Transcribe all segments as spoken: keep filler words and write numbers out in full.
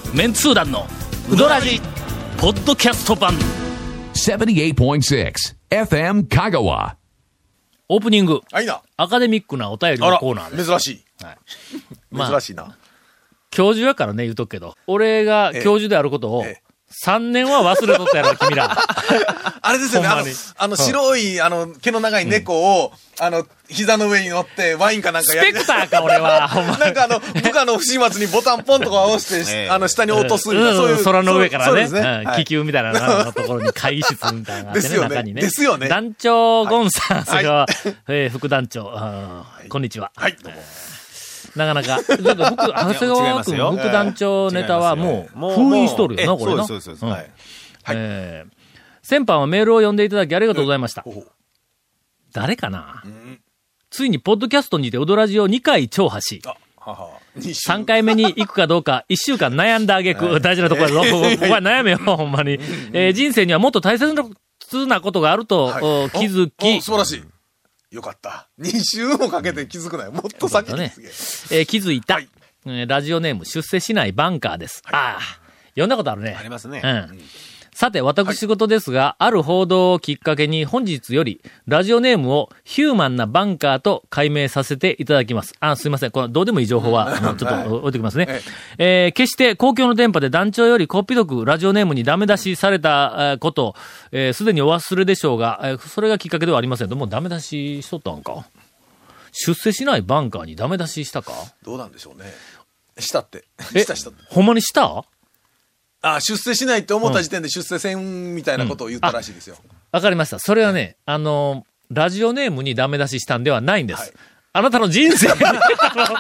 メンツー団のウドラジポッドキャスト版ななじゅうはちてんろく エフエム 香川。 オープニング、 はいな。 アカデミックなお便りのコーナーです。 珍しい。 はい、 まあ、珍しいな。 教授やからね、言うとくけど、俺が教授であることを、 ええさんねんは忘れとったやろ、君ら。 あれですよね、あのほんまに、 あの白い、あの、毛の長い猫を、あの、膝の上に乗って、ワインかなんかやスペクターか、俺は。ほんまなんかあの、部下の不始末にボタンポンとか押して、あの、下に落とすみたいな、そういう。 空の上からね、 そうですね。 うん気球みたいなののところに会議室みたいなのがあってね、 ですよね中にね。 ですよね団長ゴンさん、それから、 はえー副団長、あーこんにちは。 はい、どうも。 なかなか、ちょっと僕、長谷川君、副団長ネタはもう、封印しとるよな、これな。 そうです、そうです。 うんはい。 えー先般はメールを読んでいただきありがとうございました。 ほうほう誰かな、ついにポッドキャストにてオドラジをにかい聴破し、 あ、はは。 さんかいめに行くかどうか、いっしゅうかん悩んだ挙句、大事なところやぞ。ここここは悩めよ、ほんまに。えー人生にはもっと大切なことがあると、 はいお気づおきお、素晴らしい。よかった。に週もかけて気づくなよ。もっと先にねすげえ。 えー気づいた、 はいえーラジオネーム出世しないバンカーです。ああ、読んだことあるね。 ありますね。 うん。さて、私事ですが、ある報道をきっかけに本日より、ラジオネームをヒューマンなバンカーと改名させていただきます。あ、すいません。このどうでもいい情報は、あのちょっと置いておきますね。 ええー決して公共の電波で団長よりこっぴどくラジオネームにダメ出しされたえーことを、えーすでにお忘れでしょうが、えーそれがきっかけではありませんと、もうダメ出ししとったんか。出世しないバンカーにダメ出ししたか。 どうなんでしょうね。したって。 えしたしたって。 ほんまにしたあ、出世しないって思った時点で出世せんみたいなことを言ったらしいですよ。 わかりました。それはね、あのー、ラジオネームにダメ出ししたんではないんです。 はいあなたの人生に。ごめんごめん。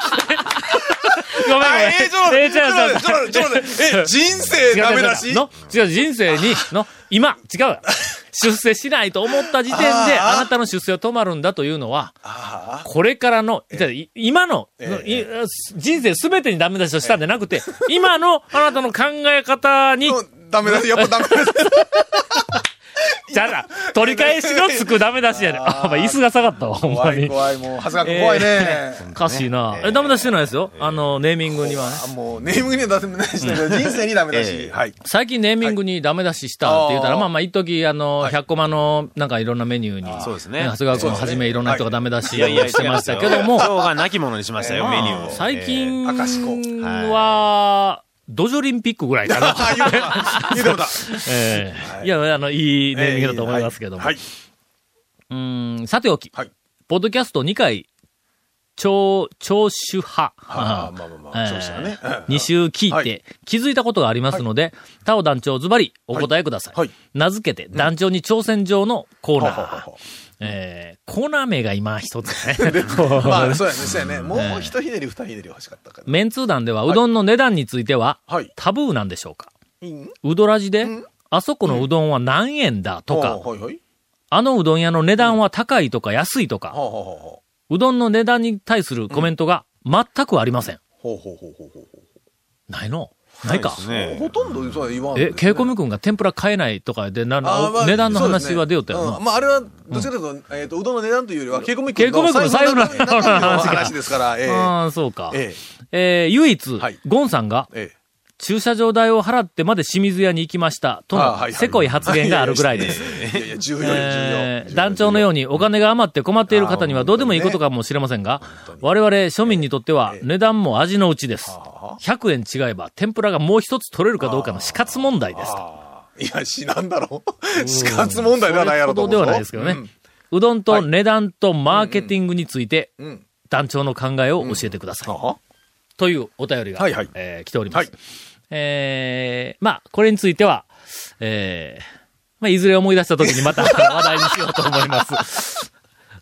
あえーちょっとえーちょっと待ってちょっと待ってちょっと待ってえ人生ダメ出し違う違う違うの違う、人生に、の、今、違う。出世しないと思った時点で、 あーあなたの出世は止まるんだというのは、 あこれからの、い今の、 えい人生すべてにダメ出しをしたんじゃなくて、今のあなたの考え方に、 あ。ダメ出し、やっぱダメ出し。 じゃら、取り返しのつくダメ出しやねん。あ、まあ、椅子が下がったわ、ほんまに。 怖い怖い、もう、長谷川君怖いね。 おかしいな。え、ダメ出ししてないですよ。あの、ネーミングにはね。 あもう、ネーミングにはダメ出しないけど、人生にダメ出し。はい。 最近ネーミングにダメ出ししたって言ったら、 はいまあまあ、一時あの、ひゃっコマの、なんかいろんなメニューに、 そうですね長谷川君をはじめいろんな人がダメ出しをいやいや、 してましたけども、 今日が亡き者にしましたよ、メニューを。 最近赤しこは、ドジョリンピックぐらいかな。 あ、言うてもだ。言うてもだ。 ええいや、あの、いいネーミングだと思いますけども。 はい。 うーん、さておき、 はい。 ポッドキャストにかい、聴、聴取派。 あーまあまあまあ、調子がね。 に週聞いはて気づいたことがありますので、タオ団長ズバリお答えください。 はいはい名付けて、団長に挑戦状のコーナー。 ははははえー、コーナー名が今一つね。 まあ、そうやね、そうやね。もう一ひねり二ひねり欲しかったから。 メンツー団ではうどんの値段については、 はい。 タブーなんでしょうか。 うんうどらじで、 んあそこのうどんは何円だとか、 はあはいはい。 あのうどん屋の値段は高いとか安いとか、 はあはあはあはあ。 うどんの値段に対するコメントが全くありません。 ほうほうほうほうほうほないのないか。 ねう。ほとんどそうは言わんえ、ケイコみミ君が天ぷら買えないとかで、な、 あーまあ値段のそうですね話は出よったよな。 うんまあ、あれは、どちらかというと、えっと、うどんの値段というよりは、ケイコミケイコミ君の財布の中身の話ですから、ええああ、そうか。 ええー唯一、 はいゴンさんが、 え。ええ。 駐車場代を払ってまで清水屋に行きました、との、 あはいはいせこい発言があるぐらいです。 いやいや、重要よ、重要。 えー団長のようにお金が余って困っている方にはどうでもいいことかもしれませんが、我々庶民にとっては値段も味のうちです。ひゃくえん違えば天ぷらがもう一つ取れるかどうかの死活問題です。 ああ。いや、死なんだろう。死活問題ではないやろと思うぞ。 それほどではないですけどね。 うんうどんと値段とマーケティングについて、 うん。 団長の考えを教えてください。 あというお便りが、 はいはいえー来ております。 はいえー、まあ、これについては、えー、まあ、いずれ思い出した時にまた話題にしようと思います。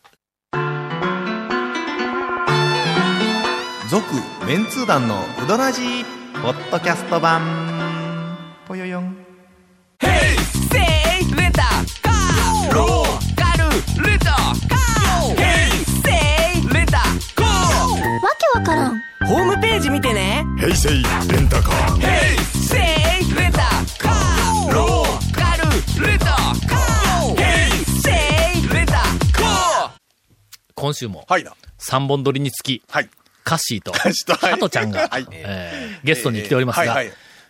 続メンツー団のウドラジーポッドキャスト版ぽよよん。 わからん。 ホームページ見てね。 平成レンタカーヘイセイレンタカーローカルレンタカーヘイセイレンタカー。 今週もはいな。 さんぼん撮りにつき、 はい。 カッシーと、 カッシーとはいハトちゃんが、 はいえーゲストに来ておりますが、 はいはい。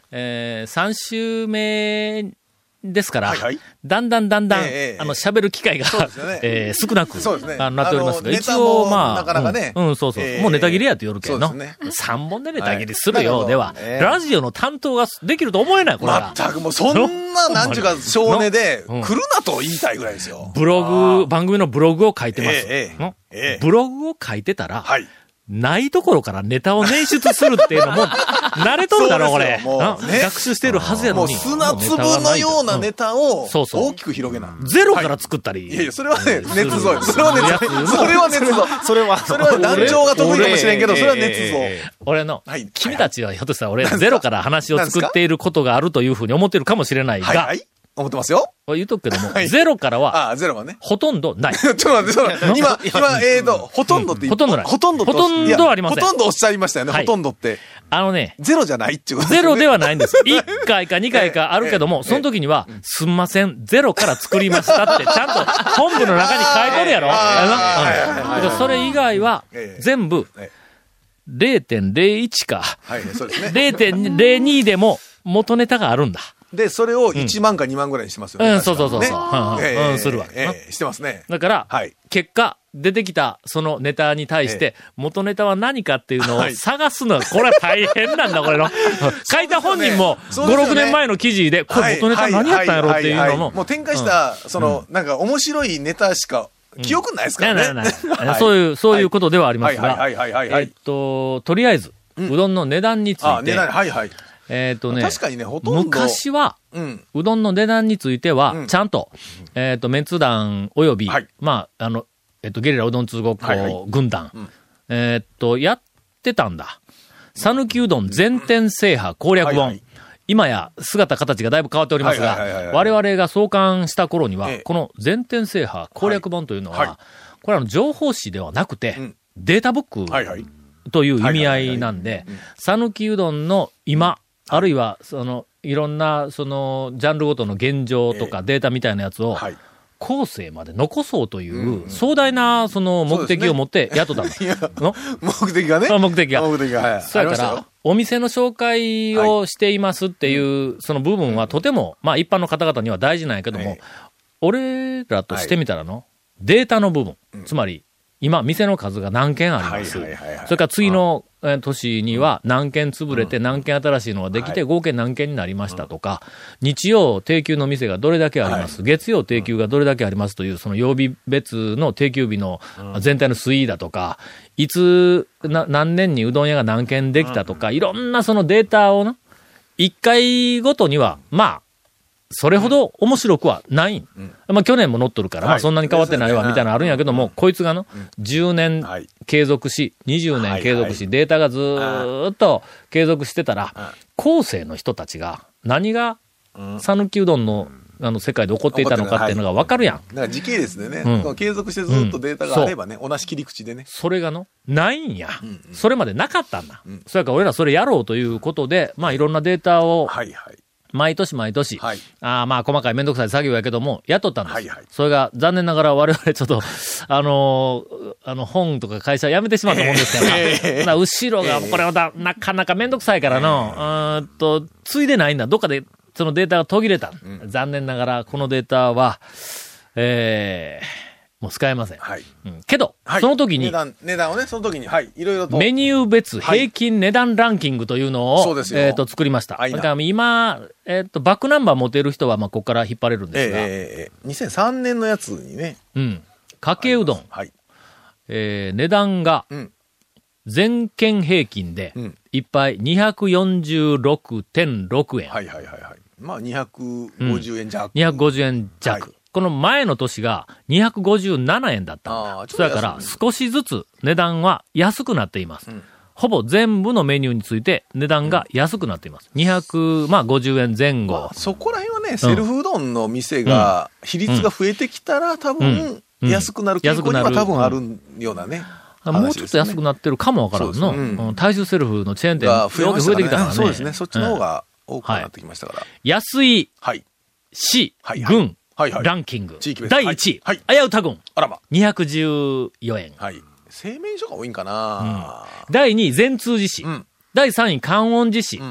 えー、さん週目ですから、 はいはい、 だんだんだんだん、 ええ、 あの、喋る機会が、ねえー、少なく、 そうですね、 あなっておりますが、一応、 まあ、 なかなかね、 うん、うん、そうそう、えー、もうネタ切れやって言うけど、 ね、 さんぼんでネタ切りするようでは、 えー、 ラジオの担当ができると思えない、これは。 全くもう、そんな、なんちゅうか、少年で、来るなと言いたいぐらいですよ。 ブログ、番組のブログを書いてます。 えーえー、 ブログを書いてたら、 はい。 ないところからネタを捻出するっていうのも、慣れとるだろ、これ、ね。学習しているはずやのに。 もう砂粒のようなネタを大きく広げない。 ゼロから作ったり。 いやいや、それはね、捏造。それは捏造。それは捏造。それは、それは団長が得意かもしれんけど、それは捏造。 俺の、君たちはひょっとしたら俺、ゼロから話を作っていることがあるというふうに思っているかもしれないが、 思ってますよ。 言うとくけども、はい、ゼロからは、 ああ、ゼロはね。 ほとんどない。 ちょっと待って、そう今、今、えーと、ほとんどって言ほとんどない。 ほとんどほとんどありません。 ほとんどおっしゃいましたよね、はい、ほとんどって。 あのね、 ゼロじゃないっていうことですね。 ゼロではないんです。いっかいかにかいかあるけども、その時には、すんません、ゼロから作りましたって、ちゃんと本部の中に書いてるやろ。それ以外は、全部、ゼロてんゼロいち か、 はい、そうですね。 ゼロてんゼロに でも元ネタがあるんだ。 で、それをいちまんかにまんぐらいにしますよね。 うん、そうそうそうそう。うん、するわ。 してますね。 だから、結果、出てきたそのネタに対して、元ネタは何かっていうのを探すのは、これは大変なんだ、これの。書いた本人も、ご、ろくねんまえの記事で、これ元ネタ何やったんやろっていうのも。 もう展開した、その、なんか面白いネタしか、記憶ないですからね。 ないないない。そういう、そういうことではありますが、えっと、とりあえず、うどんの値段について、 値段、はいはい。 えっとね、 確かにね、ほとんど。 昔は、うん、うどんの値段については、ちゃんと、うん、えっと、メンツ団および、はい、まあ、あの、えっと、ゲリラうどん通ごっこ軍団、はいはいうん、えっと、やってたんだ。讃岐うどん全店制覇攻略本。はいはい、今や姿形がだいぶ変わっておりますが、我々が創刊した頃には、ええ、この全店制覇攻略本というのは、はいはい、これはあの情報誌ではなくて、うん、データブック、はいはい、という意味合いなんで、讃岐うどんの今、あるいは、その、いろんな、その、ジャンルごとの現状とかデータみたいなやつを、はい、後世まで残そうという、壮大な、その、目的を持って雇ったの。 目的がね。 目的が。 目的が、はい。 そうやから、お店の紹介をしていますっていう、その部分はとても、まあ一般の方々には大事なんやけども、俺らとしてみたらの、データの部分、つまり、今、店の数が何件あります。それから次の年には何件潰れて何件新しいのができて合計何件になりましたとか、日曜定休の店がどれだけあります。月曜定休がどれだけありますという、その曜日別の定休日の全体の推移だとか、いつ、な、何年にうどん屋が何軒できたとか、いろんなそのデータをな、一回ごとには、まあ、それほど面白くはない。うん、まあ去年も乗っとるから、はい、まあそんなに変わってないわみたいなのあるんやけども、うん、こいつがの、うん、じゅうねん継続し、にじゅうねん継続し、はいはい、データがずーっと継続してたら、後世の人たちが何が讃岐うどんのあの世界で起こっていたのかっていうのがわかるやん。 だから時系列でね、うん、継続してずっとデータがあればね、うん、同じ切り口でね。 それがの、ないんや。うんうん、それまでなかったんだ。うん、それから俺らそれやろうということで、まあいろんなデータを、はいはい毎年毎年、はい、あまあ細かいめんどくさい作業やけども、やっとったんです。はいはい、それが残念ながら我々ちょっと、あのー、あの本とか会社辞めてしまったもんですから、えー、から後ろがこれまたなかなかめんどくさいからの、えー、うーんと、ついでないんだ。どっかでそのデータが途切れた。うん、残念ながらこのデータは、えー、もう使えません。はい。うん、けど、はい、その時に、 値段、値段をね、その時に、はい、いろいろと。 メニュー別平均値段ランキングというのを、そうですよ。えっ、ー、と、作りました。だから今、えっ、ー、と、バックナンバー持てる人は、まあ、ここから引っ張れるんですが。 えー、にせんさんねんのやつにね。 うん。かけうどん。はい。えー、値段が、うん、全県平均で、うん、いっぱいにひゃくよんじゅうろくてんろくえん。 はいはいはいはい。まあ、にひゃくごじゅうえん弱。うん、 にひゃくごじゅうえん弱。はいこの前の年がにひゃくごじゅうななえんだったんだ。そやから少しずつ値段は安くなっています。うん、ほぼ全部のメニューについて値段が安くなっています。にひゃくごじゅうえんぜん後。まあ、 そこら辺はね、セルフうどんの店が、比率が増えてきたら多分安くなる傾向には多分あるようなね。 もうちょっと安くなってるかもわからんの。うん、大衆セルフのチェーン店が増えてきたからね。 そうですね。そっちの方が多くなってきましたから。はい、 安い、はい、市、はいはい、郡、はいはい、ランキング。だいいちい。はい。あやうた郡。あらま。にひゃくじゅうよえん。 はい。製麺所が多いんかな、 うん、だいにい、善通寺市。うん、だいさんい、観音寺市。うん、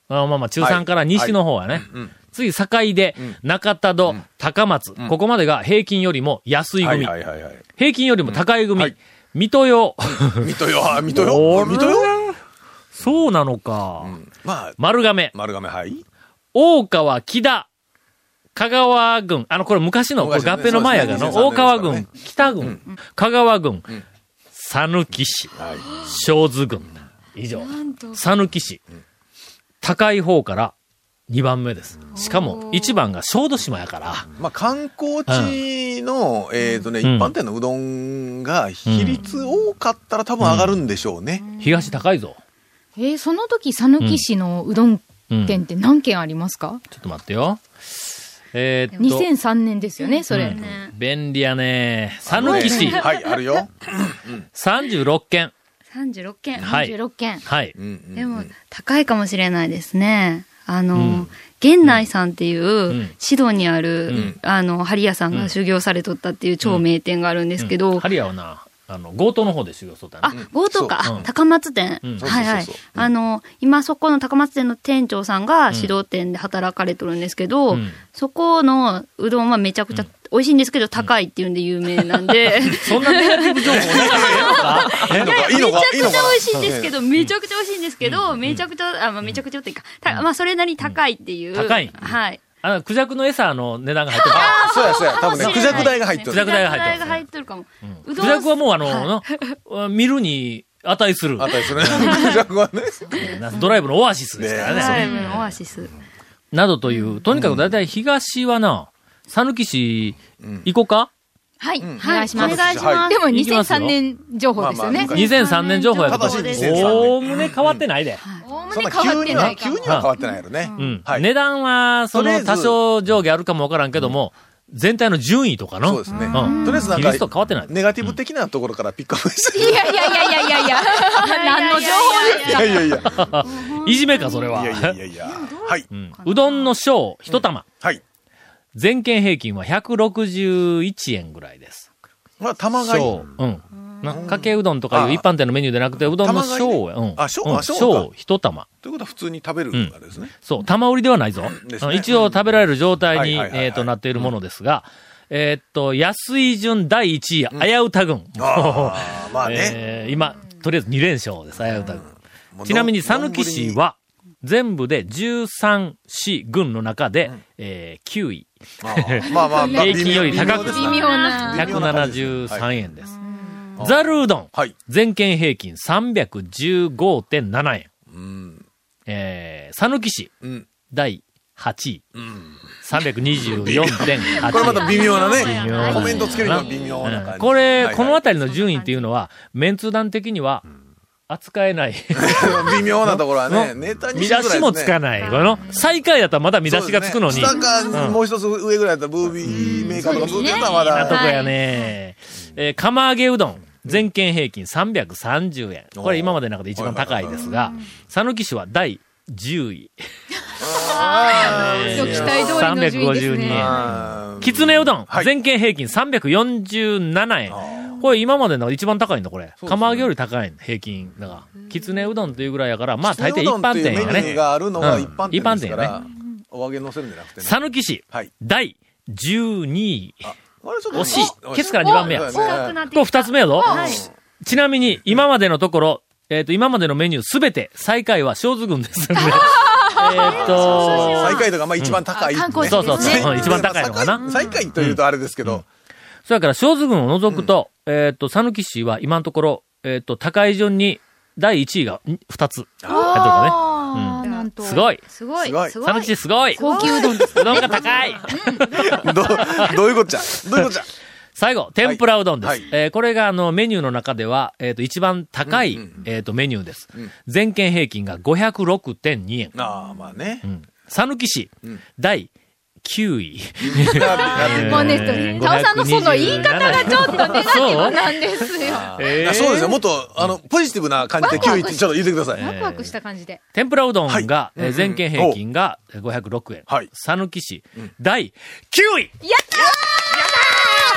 あまあまあ、中さんから西の方はね。はいはい、次、境で、うん、中田戸、うん、高松、うん、ここまでが平均よりも安い組。はいはいはいはい、平均よりも高い組。うんはい、水戸よ。 水戸よ、水戸よ。水戸よ。 そうなのか。うん、まあ、丸亀。 丸亀、はい。 大川、木田。香川郡。あの、これ昔の、これ合併の前やがの、大川郡、北郡、うん、香川郡、讃岐市、小津郡。以上。讃岐市。高い方からにばんめです。しかも、いちばんが小豆島やから。 まあ、観光地の、うん、えっとね、一般店のうどんが、比率多かったら多分上がるんでしょうね。 うん、東高いぞ。 えー、その時、讃岐市のうどん店って何軒ありますか？ うん、ちょっと待ってよ。えー、っと。 にせんさんねんですよね、それ。うん、 便利やね。讃岐市。 はい、あるよ。 さんじゅうろっけん。 さんじゅうろっけん。 はい。 さんじゅうろっけん。 はい。 でも、高いかもしれないですね。あの、うん、源内さんっていう、うん、シドにある、うん、あの、針屋さんが修行されとったっていう超名店があるんですけど。 針屋はな、あの、強盗の方で修行しとったね。あ、強盗か。うん、高松店。うん、はいはい。あの、今そこの高松店の店長さんが指導店で働かれとるんですけど、うん、そこのうどんはめちゃくちゃ美味しいんですけど高いっていうんで有名なんで。 そんなネガティブ情報ないのかいやいや、めちゃくちゃ美味しいんですけど、めちゃくちゃ美味しいんですけど、めちゃくちゃ、あ、まあめちゃくちゃっていうか、まあそれなりに高いっていう。 高い。 はい。 あの、クジャクの餌の値段が入ってる。 ああ、そうやそうや。多分ね、クジャク代が入ってる。 クジャク代が入ってる。 クジャク代が入ってるかも。 クジャクはもうあの、見るに値する。 値する。クジャクはね。 ドライブのオアシスですからね。 ドライブのオアシス。 などという、とにかくだいたい東はな、讃岐市、行こうか？ はい。お願いします。 お願いします。 でもにせんさんねん情報ですよね。 にせんさんねん情報やけど、おおむね変わってないで。 おおむね変わってないか。 急には変わってないやろね。 うん。値段は、その多少上下あるかもわからんけども、全体の順位とかの。 そうですね。とりあえずなんか、 変わってない。 ネガティブ的なところからピックアップして。 いやいやいやいやいやいや。何の情報ですか？ いやいやいや。 いじめか、それは。 いやいやいやいや。はい。 うどんの小、一玉。 はい。 全県平均はひゃくろくじゅういちえんぐらいです。 まあ、玉がいい。 小。うん。かけうどんとかいう一般店のメニューでなくて、うどんの小や。うん。 あ、小、あ、小。 小、一玉。 ということは普通に食べるあれですね。 そう、玉売りではないぞ。一応食べられる状態に、えっと、なっているものですが、えっと、安い順だいいちい、あやうた郡。 まあね。 今、とりあえずにれん勝です、あやうた郡。ちなみに、讃岐市は、全部でじゅうさん市郡の中で、えー、きゅうい。 まあまあ、 平均より高く、 微妙な。 ひゃくななじゅうさんえんです。ざるうどん。全県平均 さんびゃくじゅうごてんななえん。えー、讃岐市、だいはちい。さんびゃくにじゅうよんてんはちえん。 これまた微妙なね。コメントつけるのは微妙な感じ。 これ、このあたりの順位っていうのは、メンツ団的には、扱えない。 微妙なところはね、ネタに見出しもつかない。この、最下位だったらまだ見出しがつくのに。 下か、もう一つ上ぐらいだったら、ブービーメーカーとか、ブービーはまだ。 なとこやね。え、釜揚げうどん。全県平均さんびゃくさんじゅうえん。これ今までの中で一番高いですが、讃岐市はだいじゅうい。 ああ、期待通りの順位ですね。 さんびゃくごじゅうにえん。きつねうどん。全県平均さんびゃくよんじゅうななえん。これ今までの一番高いんだ、これ。釜揚げより高いんだ、平均。だから、きつねうどんというぐらいやから、まあ大抵一般店やね。 メニューがあるのが一般店一般店やね。 お揚げ乗せるんじゃなくてね。 讃岐市、だいじゅうにい。惜しい。ケツからにばんめや。これ二つ目やぞ。ちなみに、今までのところ、えっと、今までのメニューすべて、最下位は小津郡ですんで。えっと、 最下位とか、まあ一番高い。 そうそうそう。一番高いのかな。 最下位というとあれですけど。 それから、小津郡を除くと、えっと、讃岐市は今のところ、えっと、高い順に、だいいちいがふたつ。入ってるかね。うん。すごい。 すごい。 讃岐市すごい。 高級うどんです。 うどんが高い。 ど、どういうこっちゃどういうこっちゃ最後、天ぷらうどんです。はい、えー、これがあのメニューの中では、えっ、ー、と、一番高い、うんうんうん、えっ、ー、と、メニューです。うん、全県平均が ごひゃくろくてんにえん。 ああ、まあね。 讃岐市、うん、だいきゅうい。 もうね、タオさんのその言い方がちょっとネガティブなんですよ。 えー、そうですよ。もっと、あの、ポジティブな感じできゅういってちょっと言ってください。 ワクワクした感じで。 天ぷらうどんが、はい、全県平均がごひゃくろくえん。はい。讃岐市、だいきゅうい。 やったー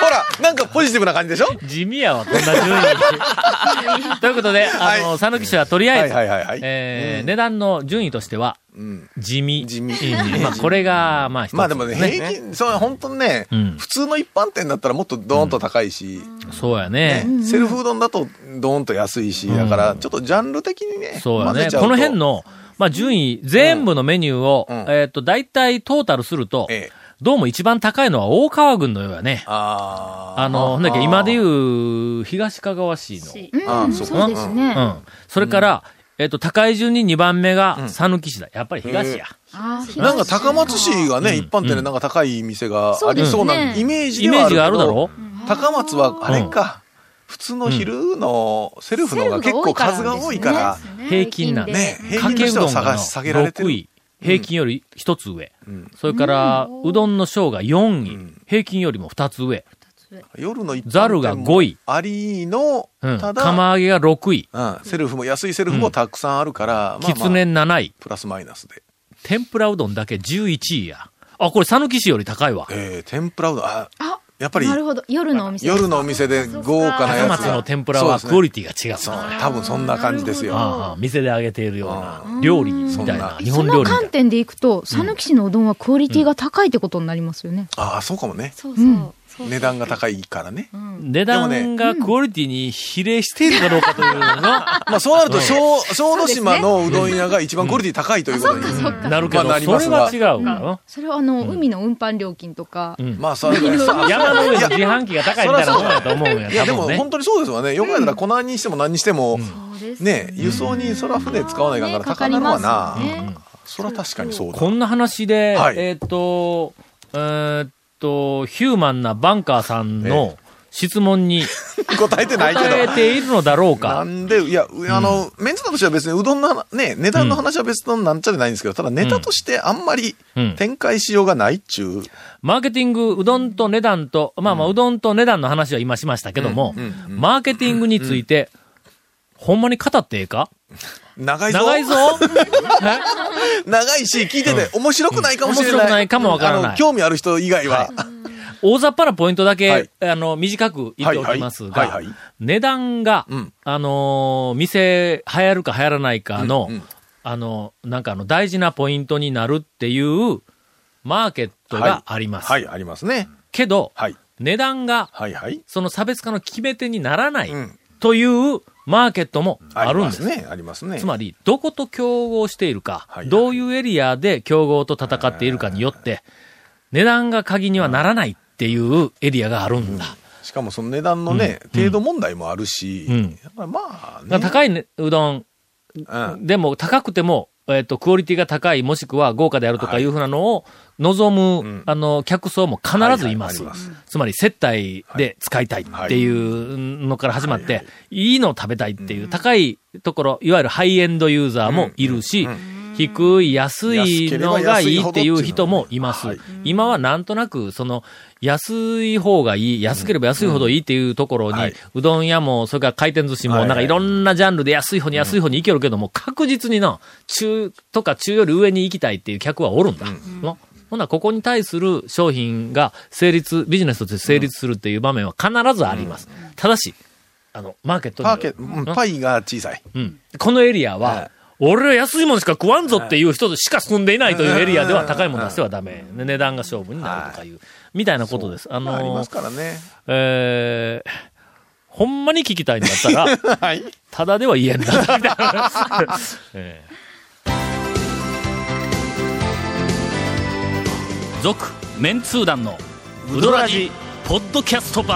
ほら、なんかポジティブな感じでしょ。 地味やわ、こんな順位。ということで、あの、讃岐市はとりあえず、 はいはいはいはいえーうん値段の順位としては、 うん。 地味。 地味うんまあ、これが、まあ、一つ、 まあでもね、平均、そう、本当にね、 うん普通の一般店だったらもっとドーンと高いし、 そうやね。 ねセルフうどんだとドーンと安いし、だからちょっとジャンル的にね、 そうやね。 混ぜちゃうとこの辺の、まあ、順位、全部のメニューを、 うんえっ、と、大体トータルすると、 ええどうも一番高いのは大川郡のようやね。 ああの、なんだっけ、今でいう、東かがわ市の。 あうん、そうですね。 うん。それから、えっ、と、高い順ににばんめが、讃岐市だ。やっぱり東や。 あーなんか高松市がね、一般店でなんか高い店がありそうなイメージではあるけど、 イメージがあるだろ高松はあれか、普通の昼のセルフの方が結構数が多いから、 平均なんね、平か均としてはけうどんが下が下げられてろくる。 い。平均より一つ上。それから、うどんの小がよんい。平均よりも二つ上。 夜の一般ざるがごい。 ありの、 うん。 ただ、 釜揚げがろくい。 うん、セルフも安いセルフもたくさんあるから、まあまあきつねなない。 プラスマイナスで。 天ぷらうどんだけじゅういちいや。あ、これ讃岐市より高いわ。 えー、天ぷらうどん、あ、 あ、 やっぱりなるほど。夜のお店。 夜のお店で豪華なやつが。 高松の天ぷらはクオリティが違う。 そう、多分そんな感じですよ。 ああ店で揚げているような料理みたいな、日そ本料理みたいな。 の観点でいくと、讃岐市のうどんはクオリティが高いってことになりますよね。 ああ、そうかもね。 そうそう。そう値段が高いからね。 値段がクオリティに比例しているかどうかというのが、 まあそうなると、小、小豆島のうどん屋が一番クオリティ高いということになるけど、 まあなりそれますがは違うからな。 それはあの、海の運搬料金とか、 まあ、それ山の上の自販機が高いみたいなもんやと思うんや。 いや、でも多分ね本当にそうですわね。よく考えたら粉にしても何にしても、 そうですね、輸送にそら船使わないかんから高なるわな。そら確かにそうだ。 こんな話で、 はいえーっと、えーっと、ヒューマンなバンカーさんの質問に答えてないけど。 答えているのだろうか。 なんで、いや、あの、メンツだとしては別にうどんのね、値段の話は別のなんちゃでないんですけど、ただネタとしてあんまりうん展開しようがないっちゅう。 マーケティング、うどんと値段と、まあまあ、うどんと値段の話は今しましたけども、マーケティングについて、ほんまに語ってええか長いぞ。 長いぞ長いし、聞いてて面白くないかもしれない。 面白くないかもわからないあの興味ある人以外は。 大雑把なポイントだけ、 はいあの、短く言っておきますが、 はいはいはいはい値段が、 うんあのー店流行るか流行らないかの、 うんうんあの、なんかあの、大事なポイントになるっていう、マーケットがあります。 はい、ありますね。 けど、 はい。 値段が、 はいはい。 その差別化の決め手にならない、 うんというマーケットもああるんです。 りますね。ありますね。 つまり、どこと競合しているか、 はいはいどういうエリアで競合と戦っているかによって、値段が鍵にはならないっていうエリアがあるんだ。 しかもその値段のね、程度問題もあるし、 うんやっぱりまあね。 だから高い、ね、うどん、 うんでも高くても、えっ、と、クオリティが高い、もしくは豪華であるとかいうふうなのを望む、 うんあの、客層も必ずいます。 はいはいありますつまり、接待で使いたいっていうのから始まって、いいのを食べたいっていう、高いところ、いわゆるハイエンドユーザーもいるし、低い、安いのがいいっていう人もいます。 はい今はなんとなく、その、安い方がいい、安ければ安いほどいいっていうところに、 うんはいうどん屋も、それから回転寿司も、 はいはいなんかいろんなジャンルで安い方に安い方に行けるけども、確実にな、中とか中より上に行きたいっていう客はおるんだ。のほな、ここに対する商品が成立、ビジネスとして成立するっていう場面は必ずあります。ただし、あの、マーケットにパーケ、うんパイが小さい。 うん。このエリアは、俺は安いものしか食わんぞっていう人しか住んでいないというエリアでは高いもの出してはダメ。で値段が勝負になるとかいう、みたいなことです。あまあありのますからね。 えー、ほんまに聞きたいんだったら、 はい。 ただでは言えんだ、みたいな。えー続、メンツー団のウドラジポッドキャスト版。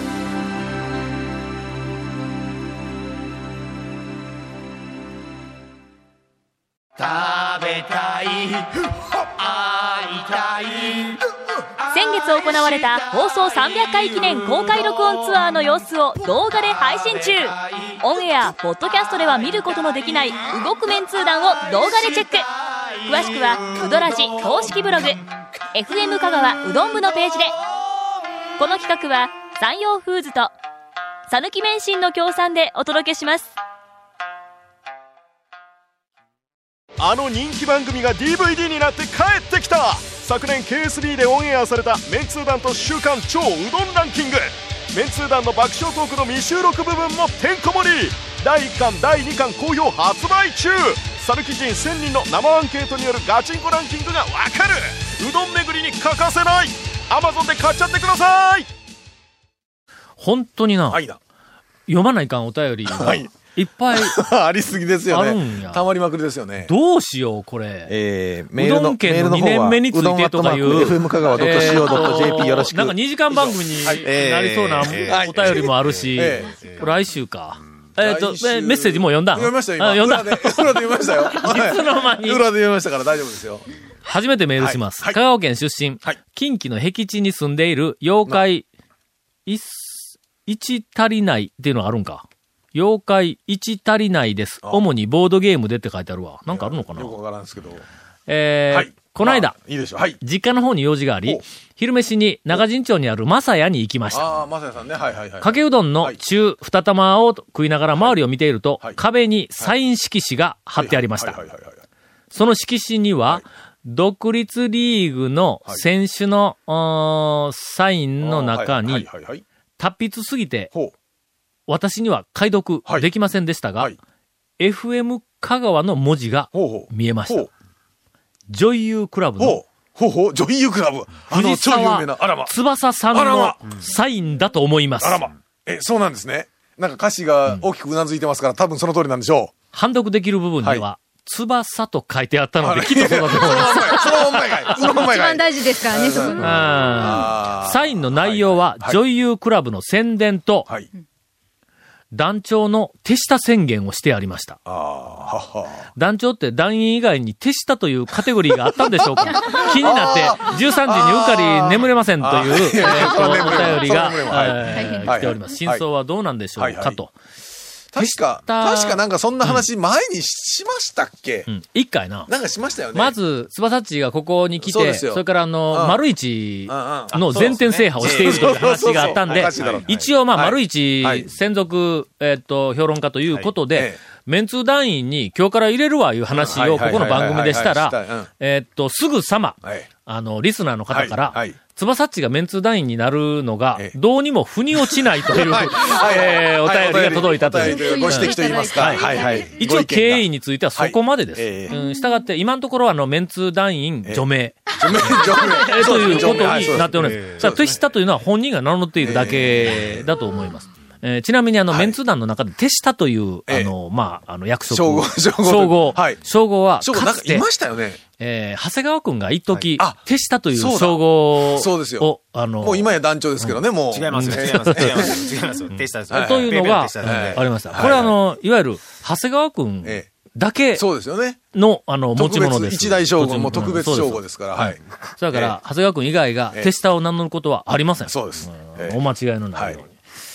先月行われた放送さんびゃっかい記念公開録音ツアーの様子を動画で配信中。オンエア、ポッドキャストでは見ることのできない動くメンツー団を動画でチェック。詳しくはうどらじ公式ブログ エフエム 香川うどん部のページで。この企画は山陽フーズとさぬき麺心の協賛でお届けします。 あの人気番組が ディーブイディー になって帰ってきた。 昨年 ケーエスビー でオンエアされたメンツー団と週刊超うどんランキング、メンツー団の爆笑トークの未収録部分もてんこ盛り。だいいっかんだいにかん好評発売中。サルキ人せんにんの生アンケートによるガチンコランキングがわかる。うどん巡りに欠かせない。 Amazon で買っちゃってください。 本当にな、 はいな、 読まないかんお便りが、はい、いっぱいありすぎですよね。 あるんや。 たまりまくりですよね。 どうしようこれ。 えー、メールのうどん県のにねんめについてとかいうエフエム 香川 .シーオー ドット ジェーピー よろしく。 なんかにじかん番組になりそうなお便りもあるし、えーえー、来週か。えっと、メッセージもう読んだ読みましたよ、今。 読んだ。 裏で、裏で読みましたよ。 いつの間に。 裏で読みましたから大丈夫ですよ。 初めてメールします。はいはい、香川県出身、はい、近畿の僻地に住んでいる妖怪、一、一足りないっていうのがあるんか。妖怪一足りないです。主にボードゲームでって書いてあるわ。なんかあるのかな。 よくわからんですけど。 えー、はい、この間、 まあ、いいでしょう。はい。 実家の方に用事があり、昼飯に中陣町にあるマサヤに行きました。 ああ、マサヤさんね。はいはいはい。 かけうどんの中二玉を食いながら周りを見ていると、はい、壁にサイン色紙が貼ってありました。その色紙には、はい、独立リーグの選手の、はい、サインの中に、達筆すぎて、私には解読できませんでしたが、はいはい、エフエム 香川の文字が見えました。ほうほう、女優クラブの、ほうほうほう、女優クラブ。あの、超有名な、あらま。 翼さんのサインだと思います。 あらま。え、そうなんですね。なんか歌詞が大きくうなずいてますから、うん、多分その通りなんでしょう。 判読できる部分では、はい、翼と書いてあったので、きっとそうだと思います。 そのまんまや。そのまんまや。 一番大事ですからね、そこの。 サインの内容は、女優クラブの宣伝と、はい、団長の手下宣言をしてありました。あはは団長って団員以外に手下というカテゴリーがあったんでしょうか。気になってじゅうさんじにうっかり眠れませんという、えー、とお便りが、えー、来ております。真相はどうなんでしょうかと。 確か、確かなんかそんな話前にしましたっけ、 うん、一回な。 なんかしましたよね。 まず、つばさっちがここに来て、そ, それからあの、うん、丸一の全店制覇をしているという話があったんで、一応まあ、はい、丸一専属、えっと、評論家ということで、はいええメンツー団員に今日から入れるわいう話をここの番組でしたら、えっと、すぐさま、はい、あの、リスナーの方から、はいはいつばさっちがメンツー団員になるのが、どうにも腑に落ちないという、はいえー、お便りが届いたという。 ご指摘と言いますか。はいはいはい、 一応経緯についてはそこまでです。はいえーうん、したがって、今のところはあの、メンツー団員除名。除名、除名。ということになっております。さあ、手下というのは本人が名乗っているだけだと思います。えー、ちなみにあの、はい、メンツー団の中で手下という、あの、まあ、あの、役職。称号。称号。はい。称号は、 称号なんかいましたよね。 えー、長谷川くんが一時、はい、手下という称号を、 そうですよ。 あの、 もう今や団長ですけどね、うん、もう。 違いますよ、違いますよ、違いますよ、違いますよ、手下です。 というのが、ありました。これあの、いわゆる、長谷川くんだけ、 そうですよね。 の、あの、持ち物です。 一大称号、もう特別称号ですから。はい。 それから、長谷川くん以外が手下を名乗ることはありません。 そうです。 お間違いのないように。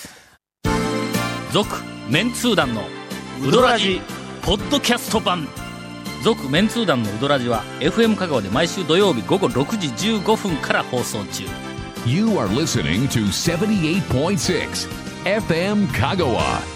続メンツー団のウドラジポッドキャスト版。続メンツー団のウドラジは エフエム 香川で毎週土曜日午後ろくじじゅうごふんから放送中。 You are listening to seventy-eight point six エフエム 香川。